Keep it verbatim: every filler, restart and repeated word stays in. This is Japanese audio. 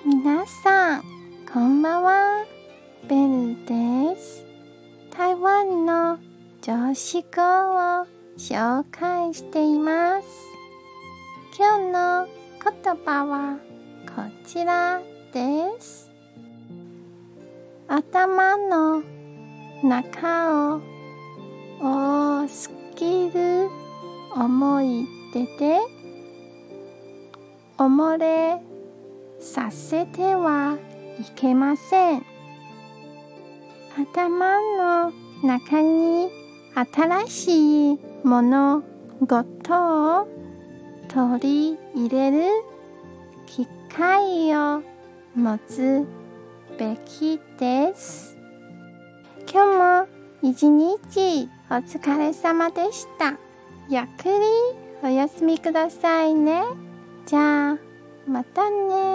皆さん、こんばんは。ベルです。台湾の常識語を紹介しています。今日の言葉はこちらです。頭の中を多すぎる思い出でおもれさせてはいけません。頭の中に新しい物事を取り入れる機会を持つべきです。今日も一日お疲れ様でした。ゆっくりお休みくださいね。じゃあ、またね。